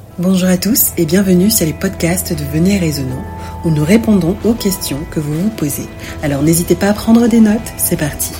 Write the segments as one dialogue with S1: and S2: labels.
S1: Bonjour à tous et bienvenue sur les podcasts de Venez Raisonnons où nous répondons aux questions que vous vous posez. Alors n'hésitez pas à prendre des notes, c'est parti.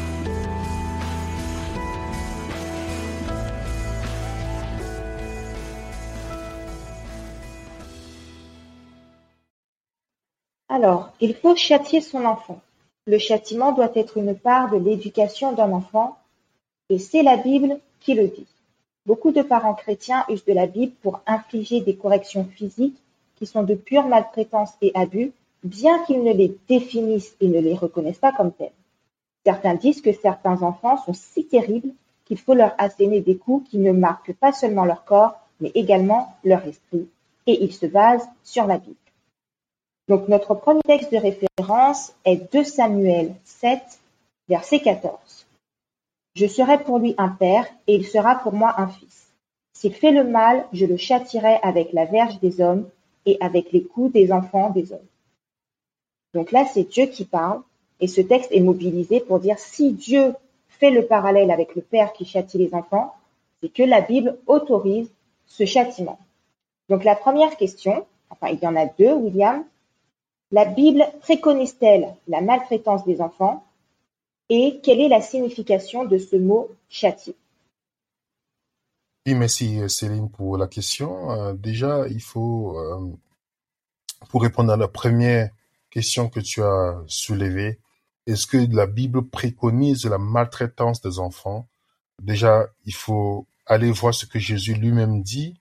S2: Alors, il faut châtier son enfant. Le châtiment doit être une part de l'éducation d'un enfant, et c'est la Bible qui le dit. Beaucoup de parents chrétiens usent de la Bible pour infliger des corrections physiques qui sont de pure maltraitance et abus, bien qu'ils ne les définissent et ne les reconnaissent pas comme tels. Certains disent que certains enfants sont si terribles qu'il faut leur asséner des coups qui ne marquent pas seulement leur corps, mais également leur esprit, et ils se basent sur la Bible. Donc notre premier texte de référence est 2 Samuel 7, verset 14. Je serai pour lui un père, et il sera pour moi un fils. S'il fait le mal, je le châtierai avec la verge des hommes et avec les coups des enfants des hommes. Donc là, c'est Dieu qui parle, et ce texte est mobilisé pour dire si Dieu fait le parallèle avec le père qui châtie les enfants, c'est que la Bible autorise ce châtiment. Donc la première question, enfin il y en a deux, William. La Bible préconise-t-elle la maltraitance des enfants et quelle est la signification de ce mot châtier?
S3: Oui, merci Céline pour la question. Déjà, il faut, pour répondre à la première question que tu as soulevée, est-ce que la Bible préconise la maltraitance des enfants? Déjà, il faut aller voir ce que Jésus lui-même dit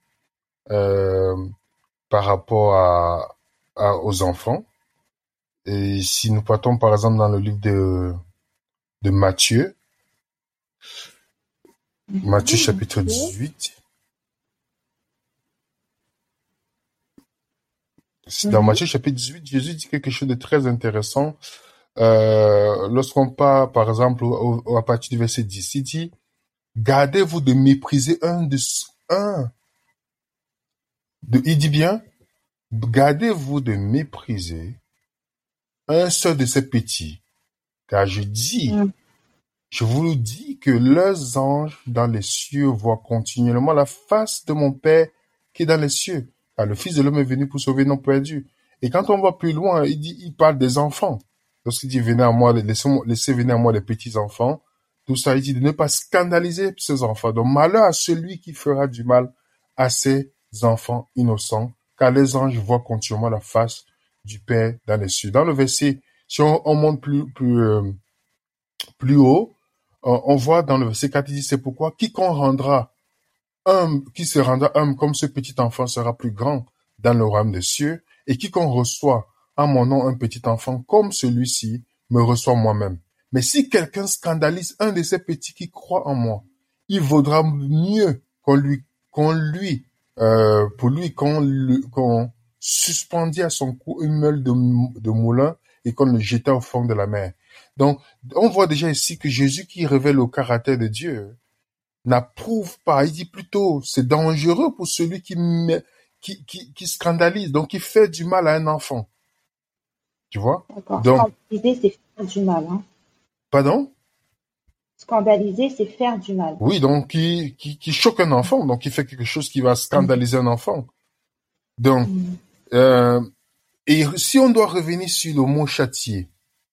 S3: par rapport aux enfants. Et si nous partons par exemple dans le livre de Matthieu, Matthieu chapitre 18, dans Matthieu chapitre 18, Jésus dit quelque chose de très intéressant. Lorsqu'on part, par exemple, à partir du verset 10, il dit, gardez-vous de mépriser il dit bien, gardez-vous de mépriser un seul de ces petits, car je vous le dis que leurs anges dans les cieux voient continuellement la face de mon Père qui est dans les cieux, car le Fils de l'homme est venu pour sauver nos perdus. Et quand on va plus loin, il parle des enfants. Lorsqu'il dit venez à moi, laissez venir à moi les petits enfants, tout ça, il dit de ne pas scandaliser ces enfants. Donc malheur à celui qui fera du mal à ces enfants innocents, car les anges voient continuellement la face du Père dans les cieux. Dans le verset, si on monte plus haut, on voit dans le verset 4, il dit c'est pourquoi qui se rendra homme comme ce petit enfant sera plus grand dans le royaume des cieux, et quiconque reçoit en mon nom un petit enfant comme celui-ci me reçoit moi-même. Mais si quelqu'un scandalise un de ces petits qui croient en moi, il vaudra mieux qu'on suspendit à son cou une meule de moulin et qu'on le jetait au fond de la mer. Donc, on voit déjà ici que Jésus qui révèle le caractère de Dieu n'approuve pas. Il dit plutôt, c'est dangereux pour celui qui scandalise, donc qui fait du mal à un enfant. Tu vois?
S2: D'accord.
S3: Donc,
S2: scandaliser, c'est faire du mal.
S3: pardon?
S2: Scandaliser, c'est faire du mal.
S3: Oui, donc qui choque un enfant, donc qui fait quelque chose qui va scandaliser un enfant. Donc, et si on doit revenir sur le mot châtier,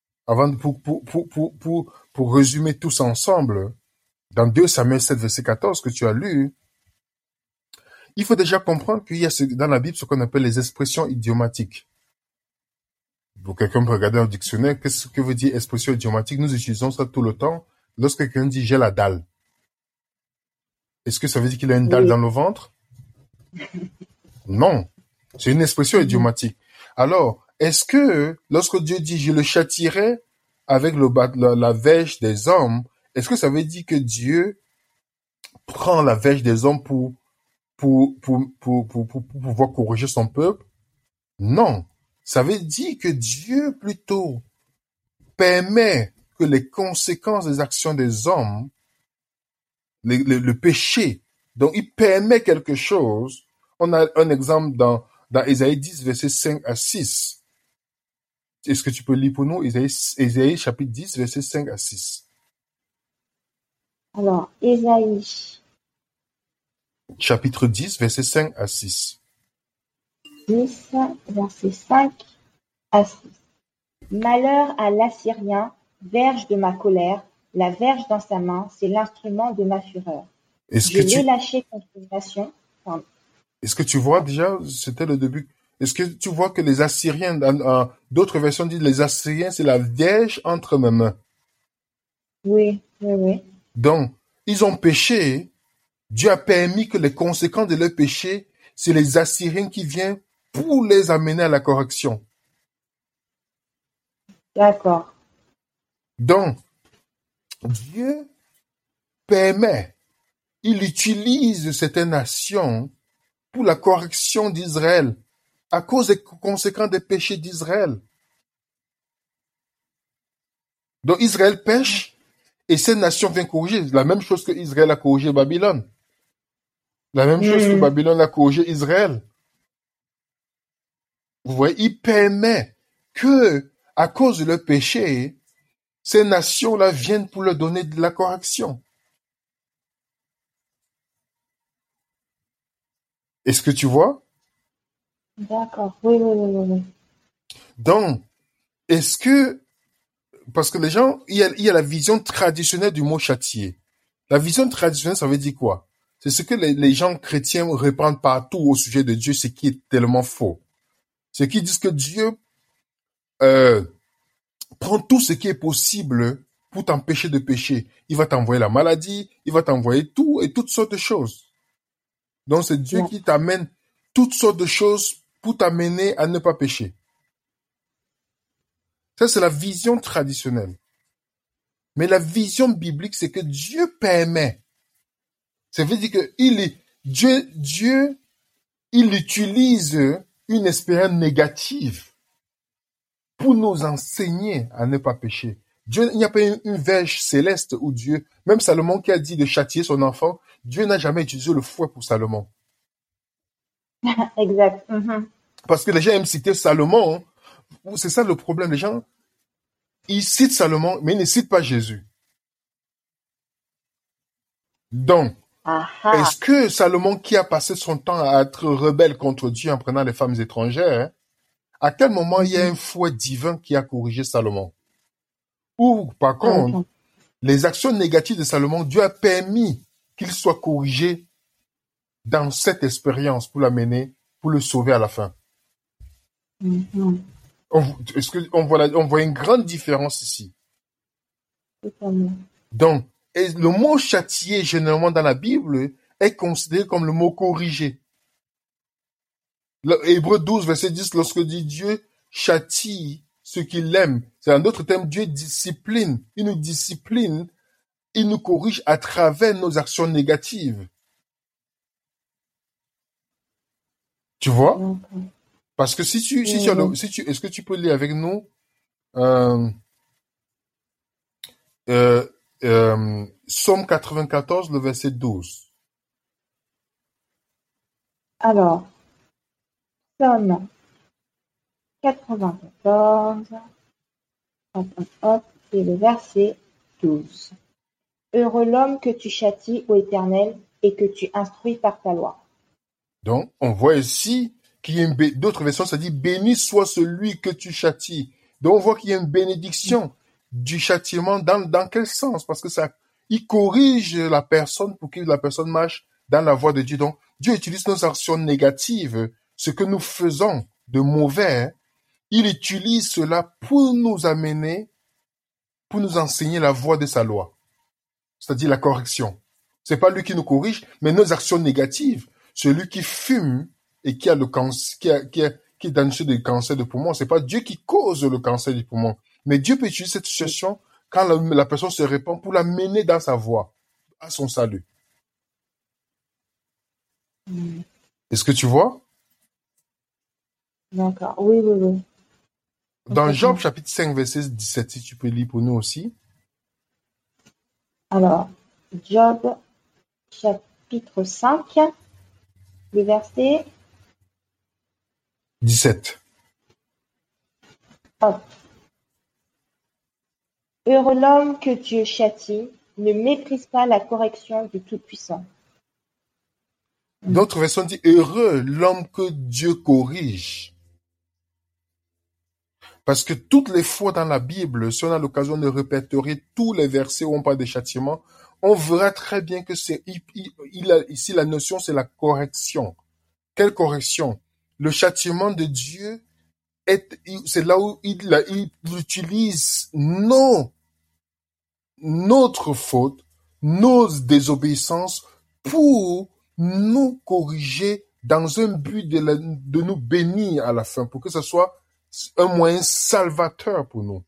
S3: pour résumer tous ensemble, dans 2 Samuel 7, verset 14 que tu as lu, il faut déjà comprendre qu'il y a dans la Bible ce qu'on appelle les expressions idiomatiques. Pour quelqu'un peut regarder un dictionnaire, qu'est-ce que veut dire expression idiomatique? Nous utilisons ça tout le temps. Lorsque quelqu'un dit j'ai la dalle, est-ce que ça veut dire qu'il a une dalle dans le ventre? Non. C'est une expression idiomatique. Alors, est-ce que lorsque Dieu dit je le châtierai avec la verge des hommes, est-ce que ça veut dire que Dieu prend la verge des hommes pour pouvoir corriger son peuple? Non. Ça veut dire que Dieu plutôt permet que les conséquences des actions des hommes, le péché, donc il permet quelque chose. On a un exemple dans Ésaïe 10, versets 5 à 6. Est-ce que tu peux lire pour nous Ésaïe chapitre 10, versets 5 à 6.
S2: Alors, Ésaïe
S3: chapitre 10, versets 5 à 6.
S2: 10, verset 5 à 6. Malheur à l'Assyrien, verge de ma colère, la verge dans sa main, c'est l'instrument de ma fureur.
S3: Est-ce
S2: Je
S3: que
S2: l'ai
S3: tu,
S2: lâché contre une nation. Pardon.
S3: est-ce que tu vois déjà, c'était le début. Est-ce que tu vois que les Assyriens, d'autres versions disent les Assyriens, c'est la Vierge entre mes mains.
S2: Oui, oui, oui.
S3: Donc, ils ont péché. Dieu a permis que les conséquences de leur péché, c'est les Assyriens qui viennent pour les amener à la correction.
S2: D'accord.
S3: Donc, Dieu permet, il utilise certaines nations pour la correction d'Israël à cause des conséquences des péchés d'Israël. Donc Israël pêche et cette nation vient corriger. La même chose que Israël a corrigé Babylone. La même chose que Babylone a corrigé Israël. Vous voyez, il permet que, à cause de leur péché, ces nations-là viennent pour leur donner de la correction. Est-ce que tu vois?
S2: D'accord. Oui, oui, oui, oui, oui.
S3: Donc, est-ce que, parce que les gens, il y a la vision traditionnelle du mot châtier. La vision traditionnelle, ça veut dire quoi? C'est ce que les gens chrétiens répandent partout au sujet de Dieu, ce qui est tellement faux. C'est qu'ils disent que Dieu prend tout ce qui est possible pour t'empêcher de pécher. Il va t'envoyer la maladie, il va t'envoyer tout et toutes sortes de choses. Donc c'est Dieu
S2: Ouais.
S3: qui t'amène toutes sortes de choses pour t'amener à ne pas pécher. Ça, c'est la vision traditionnelle. Mais la vision biblique, c'est que Dieu permet. Ça veut dire que Dieu, il utilise une expérience négative pour nous enseigner à ne pas pécher. Dieu, il n'y a pas une verge céleste où Dieu, même Salomon qui a dit de châtier son enfant, Dieu n'a jamais utilisé le fouet pour Salomon.
S2: Exact.
S3: Parce que les gens aiment citer Salomon. C'est ça le problème. Les gens, ils citent Salomon, mais ils ne citent pas Jésus. Donc,
S2: Aha.
S3: est-ce que Salomon, qui a passé son temps à être rebelle contre Dieu en prenant les femmes étrangères, à quel moment il y a un fouet divin qui a corrigé Salomon? Ou, par contre,
S2: Ok.
S3: les actions négatives de Salomon, Dieu a permis qu'il soit corrigé dans cette expérience pour l'amener, pour le sauver à la fin. Est-ce qu'on voit une grande différence ici?
S2: Totalement.
S3: Donc, et le mot châtier, généralement dans la Bible, est considéré comme le mot corriger. Hébreux 12, verset 10, lorsque dit Dieu châtie ceux qu'il aime, c'est un autre terme, Dieu discipline. Il nous discipline, il nous corrige à travers nos actions négatives. Tu vois?
S2: D'accord.
S3: Parce que si tu as est-ce que tu peux lire avec nous Psaume 94, le verset 12.
S2: Alors, Psaume 94, hop, et le verset 12. Heureux l'homme que tu châties, ô Éternel, et que tu instruis par ta loi.
S3: Donc, on voit ici qu'il y a d'autres versions, ça dit béni soit celui que tu châties. Donc, on voit qu'il y a une bénédiction du châtiment dans quel sens? Parce que il corrige la personne pour que la personne marche dans la voie de Dieu. Donc, Dieu utilise nos actions négatives, ce que nous faisons de mauvais, il utilise cela pour nous amener, pour nous enseigner la voie de sa loi. C'est-à-dire la correction. C'est pas lui qui nous corrige, mais nos actions négatives. Celui qui fume et qui a le cancer, qui est dans le cancer de poumon, c'est pas Dieu qui cause le cancer du poumon. Mais Dieu peut utiliser cette situation quand la personne se répand pour la mener dans sa voie, à son salut. Est-ce que tu vois?
S2: D'accord. Oui, oui, oui.
S3: Dans Job chapitre 5, verset 17, si tu peux lire pour nous aussi.
S2: Alors, Job chapitre 5, le verset
S3: 17.
S2: hop. Heureux l'homme que Dieu châtie, ne méprise pas la correction du Tout-Puissant.
S3: D'autres versions disent heureux l'homme que Dieu corrige. Parce que toutes les fois dans la Bible, si on a l'occasion de répertorier tous les versets où on parle des châtiments, on verra très bien que ici la notion c'est la correction. Quelle correction? Le châtiment de Dieu c'est là où il utilise notre faute, nos désobéissances pour nous corriger dans un but de nous bénir à la fin, pour que ce soit un moyen salvateur pour nous.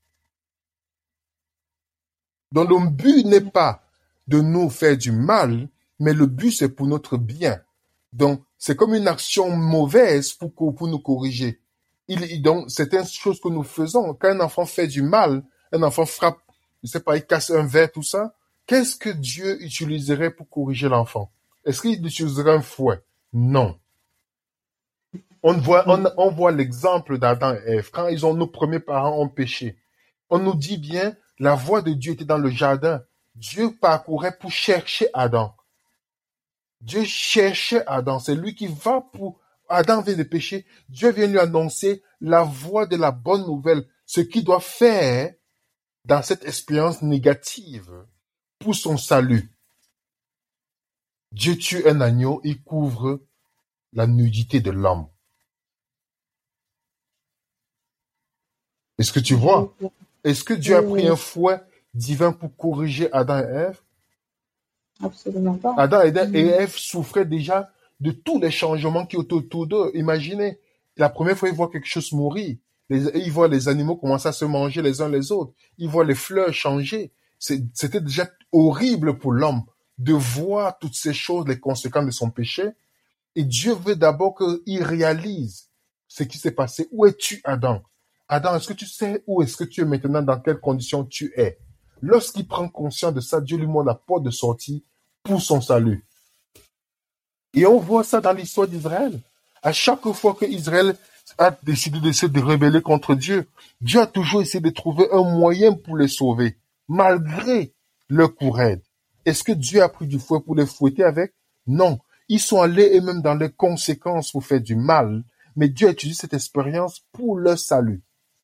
S3: Donc le but n'est pas de nous faire du mal, mais le but c'est pour notre bien. Donc c'est comme une action mauvaise pour nous corriger. Donc c'est une chose que nous faisons. Quand un enfant fait du mal, un enfant frappe, je sais pas, il casse un verre, tout ça, qu'est-ce que Dieu utiliserait pour corriger l'enfant? Est-ce qu'il utiliserait un fouet? Non. On voit l'exemple d'Adam et Ève. Quand nos premiers parents ont péché, on nous dit bien, la voix de Dieu était dans le jardin. Dieu parcourait pour chercher Adam. Dieu cherchait Adam. C'est lui qui va pour... Adam vient de pécher. Dieu vient lui annoncer la voix de la bonne nouvelle. Ce qu'il doit faire dans cette expérience négative pour son salut. Dieu tue un agneau, il couvre la nudité de l'homme. Est-ce que tu vois? Est-ce que Dieu a pris un fouet divin pour corriger Adam et Ève?
S2: Absolument pas.
S3: Adam et Ève souffraient déjà de tous les changements qui étaient autour d'eux. Imaginez, la première fois, ils voient quelque chose mourir. Ils voient les animaux commencer à se manger les uns les autres. Ils voient les fleurs changer. C'était déjà horrible pour l'homme de voir toutes ces choses, les conséquences de son péché. Et Dieu veut d'abord qu'il réalise ce qui s'est passé. Où es-tu, Adam? Adam, est-ce que tu sais où est-ce que tu es maintenant, dans quelles conditions tu es? Lorsqu'il prend conscience de ça, Dieu lui montre la porte de sortie pour son salut. Et on voit ça dans l'histoire d'Israël. À chaque fois que Israël a décidé de se rebeller contre Dieu, Dieu a toujours essayé de trouver un moyen pour les sauver, malgré leur courage. Est-ce que Dieu a pris du fouet pour les fouetter avec? Non. Ils sont allés eux-mêmes dans les conséquences pour faire du mal, mais Dieu a utilisé cette expérience pour leur salut.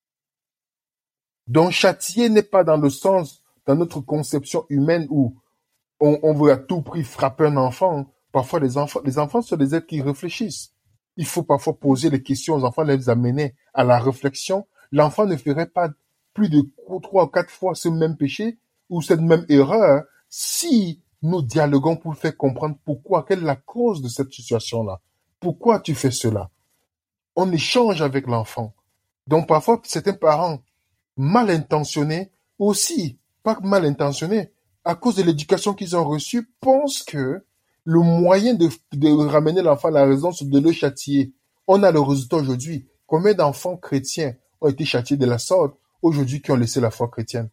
S3: Donc châtier n'est pas dans le sens, dans notre conception humaine où on veut à tout prix frapper un enfant. Parfois les enfants sont des êtres qui réfléchissent. Il faut parfois poser les questions aux enfants, les amener à la réflexion. L'enfant ne ferait pas plus de 3 ou 4 fois ce même péché ou cette même erreur si nous dialoguons pour faire comprendre pourquoi, quelle est la cause de cette situation-là. Pourquoi tu fais cela? On échange avec l'enfant. Donc parfois certains parents mal intentionnés, aussi pas mal intentionnés, à cause de l'éducation qu'ils ont reçue, pensent que le moyen de ramener l'enfant à la raison, c'est de le châtier. On a le résultat aujourd'hui. Combien d'enfants chrétiens ont été châtiés de la sorte aujourd'hui qui ont laissé la foi chrétienne?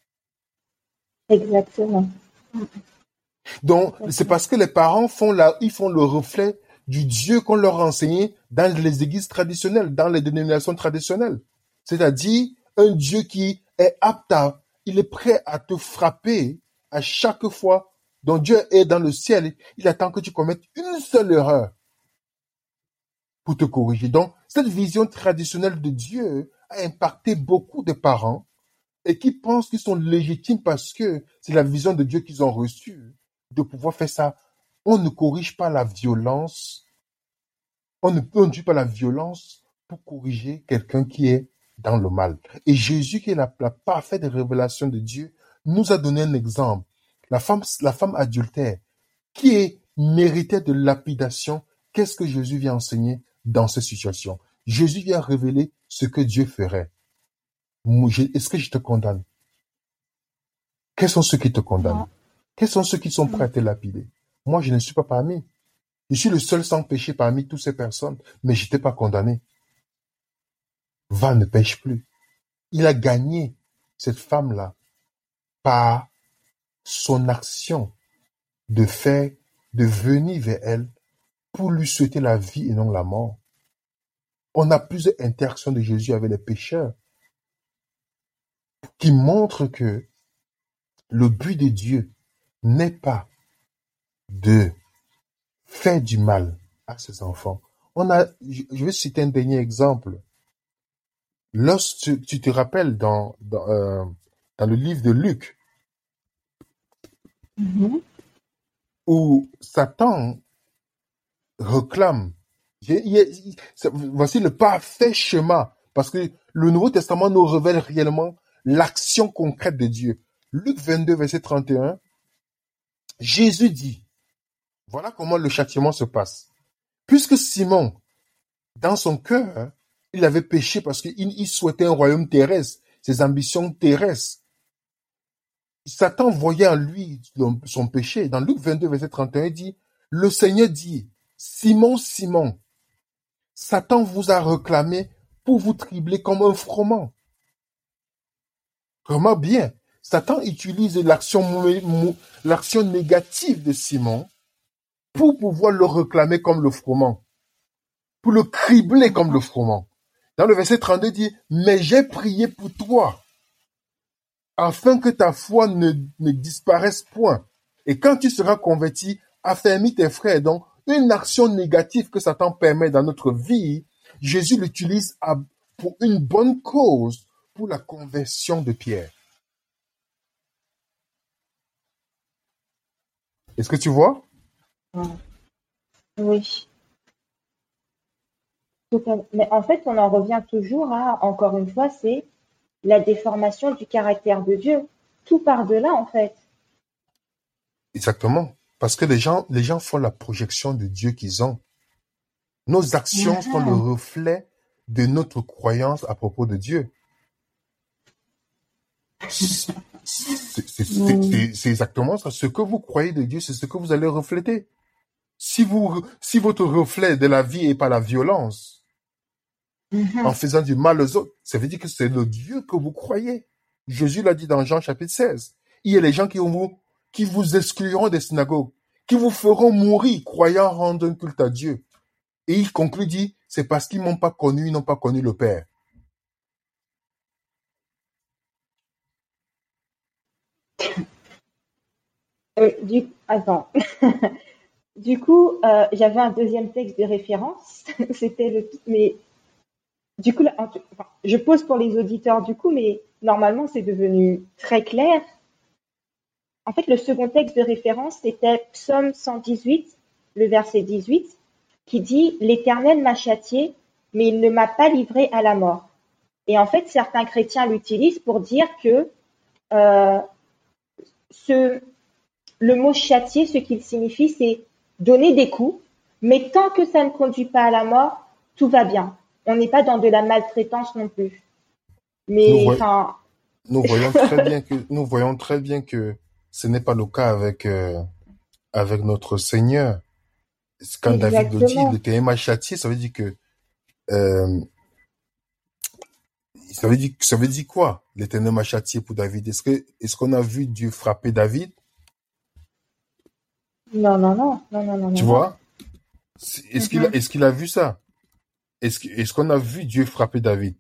S2: Exactement.
S3: Donc, c'est parce que les parents ils font le reflet du Dieu qu'on leur a enseigné dans les églises traditionnelles, dans les dénominations traditionnelles. C'est-à-dire, un Dieu qui est il est prêt à te frapper à chaque fois. Donc Dieu est dans le ciel, il attend que tu commettes une seule erreur pour te corriger. Donc, cette vision traditionnelle de Dieu a impacté beaucoup de parents et qui pensent qu'ils sont légitimes parce que c'est la vision de Dieu qu'ils ont reçue de pouvoir faire ça. On ne corrige pas la violence, on ne conduit pas la violence pour corriger quelqu'un qui est dans le mal. Et Jésus, qui est la parfaite révélation de Dieu, nous a donné un exemple. La femme adultère, qui méritait de lapidation, qu'est-ce que Jésus vient enseigner dans cette situation? Jésus vient révéler ce que Dieu ferait. Est-ce que je te condamne? Quels sont ceux qui te condamnent? Non. Quels sont ceux qui sont prêts à te lapider? Moi, je ne suis pas parmi. Je suis le seul sans péché parmi toutes ces personnes, mais je n'étais pas condamné. Va, ne pêche plus. Il a gagné cette femme-là par son action de venir vers elle pour lui souhaiter la vie et non la mort. On a plusieurs interactions de Jésus avec les pécheurs qui montrent que le but de Dieu n'est pas de fait du mal à ses enfants. Je vais citer un dernier exemple. Lorsque tu te rappelles dans le livre de Luc,
S2: Mhm.
S3: où Satan réclame, voici le parfait schéma, parce que le Nouveau Testament nous révèle réellement l'action concrète de Dieu. Luc 22, verset 31, Jésus dit, voilà comment le châtiment se passe. Puisque Simon, dans son cœur, il avait péché parce qu'il souhaitait un royaume terrestre, ses ambitions terrestres. Satan voyait en lui son péché. Dans Luc 22, verset 31, il dit, le Seigneur dit, Simon, Simon, Satan vous a réclamé pour vous tribler comme un froment. Remarque bien, Satan utilise l'action négative de Simon pour pouvoir le réclamer comme le froment, pour le cribler comme le froment. Dans le verset 32, il dit, mais j'ai prié pour toi, afin que ta foi ne disparaisse point. Et quand tu seras converti, affermis tes frères. Donc, une action négative que Satan permet dans notre vie, Jésus l'utilise pour une bonne cause, pour la conversion de Pierre. Est-ce que tu vois?
S2: Oui. Mais en fait, on en revient toujours à, encore une fois, c'est la déformation du caractère de Dieu. Tout part de là, en fait.
S3: Exactement. Parce que les gens font la projection de Dieu qu'ils ont. Nos actions sont le reflet de notre croyance à propos de Dieu. C'est exactement ça. Ce que vous croyez de Dieu, c'est ce que vous allez refléter. Si votre reflet de la vie est par la violence, en faisant du mal aux autres, ça veut dire que c'est le Dieu que vous croyez. Jésus l'a dit dans Jean chapitre 16. Il y a les gens qui vous excluront des synagogues, qui vous feront mourir croyant rendre un culte à Dieu. Et il conclut, dit, c'est parce qu'ils m'ont pas connu, ils n'ont pas connu le Père.
S2: Attends. Du coup, j'avais un deuxième texte de référence. Mais du coup, je pose pour les auditeurs du coup, mais normalement, c'est devenu très clair. En fait, le second texte de référence, c'était Psaume 118, le verset 18, qui dit « L'Éternel m'a châtié, mais il ne m'a pas livré à la mort ». Et en fait, certains chrétiens l'utilisent pour dire que le mot châtier, ce qu'il signifie, c'est donner des coups, mais tant que ça ne conduit pas à la mort, tout va bien. On n'est pas dans de la maltraitance non plus. Mais enfin,
S3: nous voyons très bien que ce n'est pas le cas avec notre Seigneur. Quand David le dit, l'Éternel m'a châtié, ça veut dire que ça veut dire quoi? L'Éternel m'a châtié pour David. Est-ce qu'on a vu Dieu frapper David?
S2: Non.
S3: Tu vois? Est-ce qu'il a vu ça? Est-ce qu'on a vu Dieu frapper David?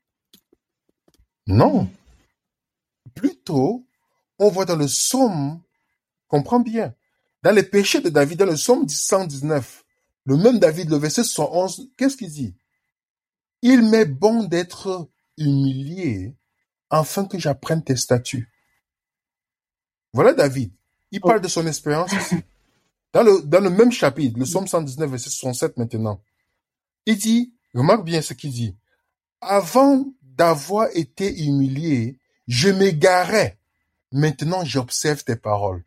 S3: Non. Plutôt, on voit dans le psaume, comprends bien, dans les péchés de David, dans le psaume 119, le même David, le verset 111, qu'est-ce qu'il dit? Il m'est bon d'être humilié afin que j'apprenne tes statuts. Voilà David. Il parle de son expérience ici. Dans le même chapitre, le psaume 119, verset 67 maintenant, il dit, remarque bien ce qu'il dit, avant d'avoir été humilié, je m'égarais. Maintenant, j'observe tes paroles.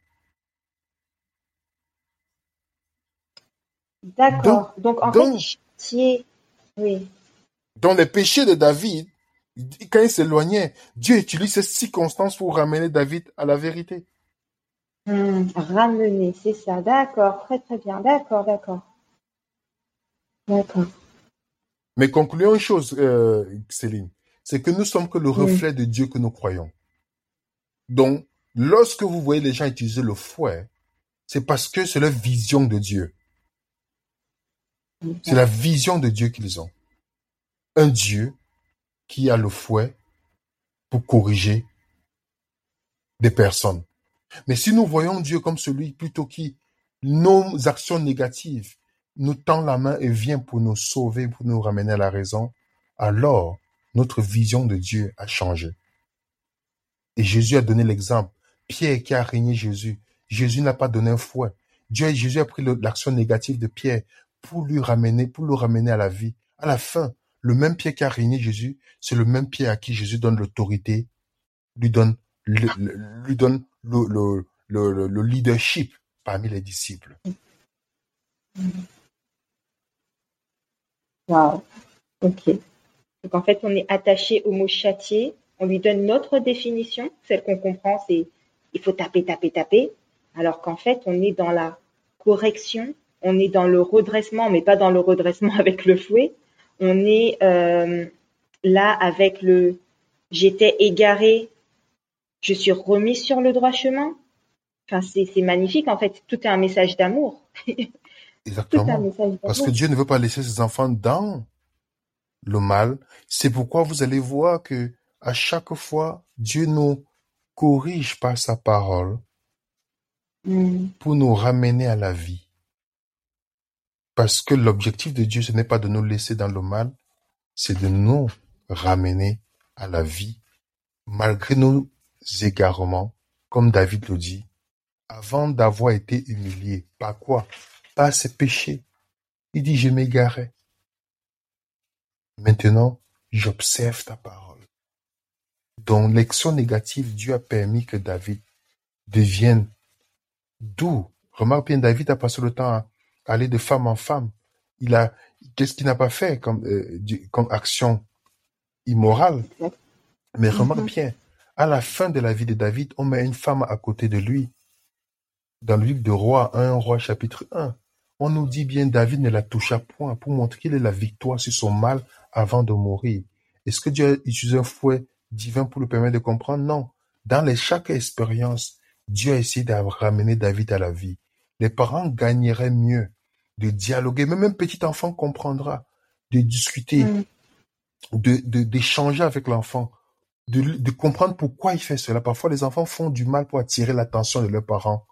S2: D'accord. Donc en fait, oui.
S3: Dans les péchés de David, quand il s'éloignait, Dieu utilise ces circonstances pour ramener David à la vérité.
S2: Ramener, c'est ça. D'accord, très très bien. D'accord.
S3: Mais concluons une chose, Céline, c'est que nous sommes que le reflet de Dieu que nous croyons. Donc, lorsque vous voyez les gens utiliser le fouet, c'est parce que c'est leur vision de Dieu. C'est la vision de Dieu qu'ils ont. Un Dieu qui a le fouet pour corriger des personnes. Mais si nous voyons Dieu comme celui plutôt qui nos actions négatives nous tend la main et vient pour nous sauver, pour nous ramener à la raison, alors notre vision de Dieu a changé. Et Jésus a donné l'exemple. Pierre qui a régné Jésus. Jésus n'a pas donné un fouet. Jésus a pris l'action négative de Pierre pour le ramener à la vie. À la fin, le même Pierre qui a régné Jésus, c'est le même Pierre à qui Jésus donne l'autorité, lui donne le leadership parmi les disciples.
S2: Wow. Ok. Donc en fait, on est attaché au mot châtier. On lui donne notre définition, celle qu'on comprend, c'est il faut taper, taper, taper. Alors qu'en fait, on est dans la correction, on est dans le redressement, mais pas dans le redressement avec le fouet. On est là avec le j'étais égaré, je suis remis sur le droit chemin. Enfin, c'est magnifique en fait. Tout est un message d'amour.
S3: Exactement. Tout est un message d'amour. Parce que Dieu ne veut pas laisser ses enfants dans le mal. C'est pourquoi vous allez voir que à chaque fois, Dieu nous corrige par sa parole pour nous ramener à la vie. Parce que l'objectif de Dieu, ce n'est pas de nous laisser dans le mal, c'est de nous ramener à la vie, malgré nos égarements, comme David le dit, avant d'avoir été humilié. Par quoi? Par ses péchés. Il dit, je m'égarais. Maintenant, j'observe ta parole. Dans l'action négative, Dieu a permis que David devienne doux. Remarque bien, David a passé le temps à aller de femme en femme. Qu'est-ce qu'il n'a pas fait comme action immorale? Mais remarque bien, à la fin de la vie de David, on met une femme à côté de lui. Dans le livre de Rois 1, Roi chapitre 1, on nous dit bien, David ne la toucha point pour montrer qu'il ait la victoire sur son mal avant de mourir. Est-ce que Dieu a utilisé un fouet divin pour lui permettre de comprendre? Non. Dans chaque expérience, Dieu a essayé de ramener David à la vie. Les parents gagneraient mieux de dialoguer, même un petit enfant comprendra, de discuter, d'échanger avec l'enfant, de comprendre pourquoi il fait cela. Parfois, les enfants font du mal pour attirer l'attention de leurs parents.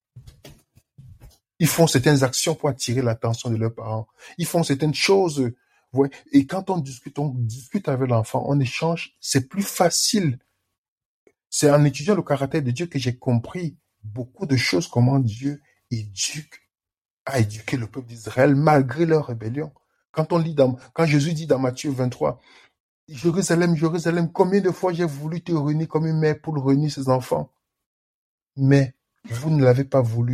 S3: Ils font certaines actions pour attirer l'attention de leurs parents. Ils font certaines choses. Ouais. Et quand on discute avec l'enfant, on échange, c'est plus facile. C'est en étudiant le caractère de Dieu que j'ai compris beaucoup de choses, comment Dieu a éduqué le peuple d'Israël malgré leur rébellion. Quand Jésus dit dans Matthieu 23, Jérusalem, Jérusalem, combien de fois j'ai voulu te réunir comme une mère pour réunir ses enfants, mais vous ne l'avez pas voulu.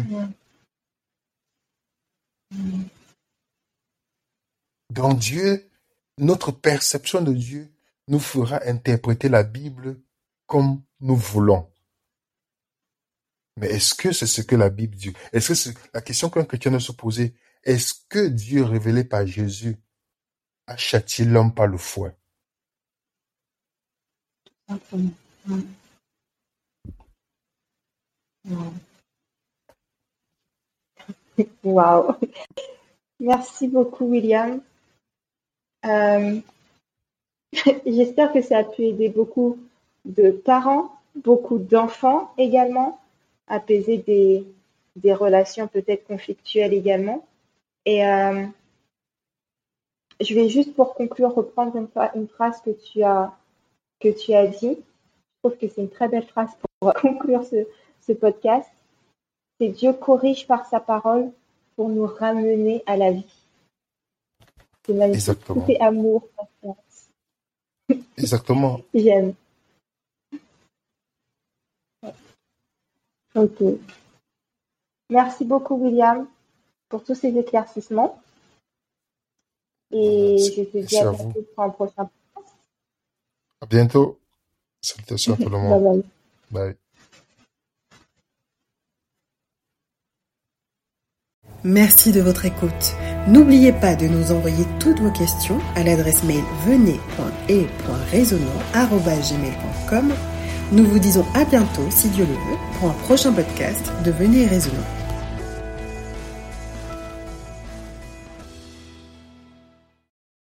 S3: Donc Dieu, notre perception de Dieu nous fera interpréter la Bible comme nous voulons. Mais est-ce que c'est ce que la Bible dit? Est-ce que c'est la question qu'un chrétien doit se poser? Est-ce que Dieu révélé par Jésus a châtié l'homme par le fouet?
S2: Wow. Merci beaucoup, William. J'espère que ça a pu aider beaucoup de parents, beaucoup d'enfants également, apaiser des relations peut-être conflictuelles également. Et je vais juste pour conclure reprendre une phrase que tu as dit. Je trouve que c'est une très belle phrase pour conclure ce podcast. C'est Dieu corrige par sa parole pour nous ramener à la vie. C'est magnifique.
S3: Exactement.
S2: Tout est amour, patience.
S3: Exactement.
S2: J'aime. Ok. Merci beaucoup, William, pour tous ces éclaircissements. Et je te dis à bientôt pour un prochain podcast.
S3: À bientôt. Salutations à tout le monde.
S2: Bye.
S3: Bye.
S1: Merci de votre écoute. N'oubliez pas de nous envoyer toutes vos questions à l'adresse mail venez.et.raisonnant@gmail.com. Nous vous disons à bientôt, si Dieu le veut, pour un prochain podcast de Venez et Raisonnons.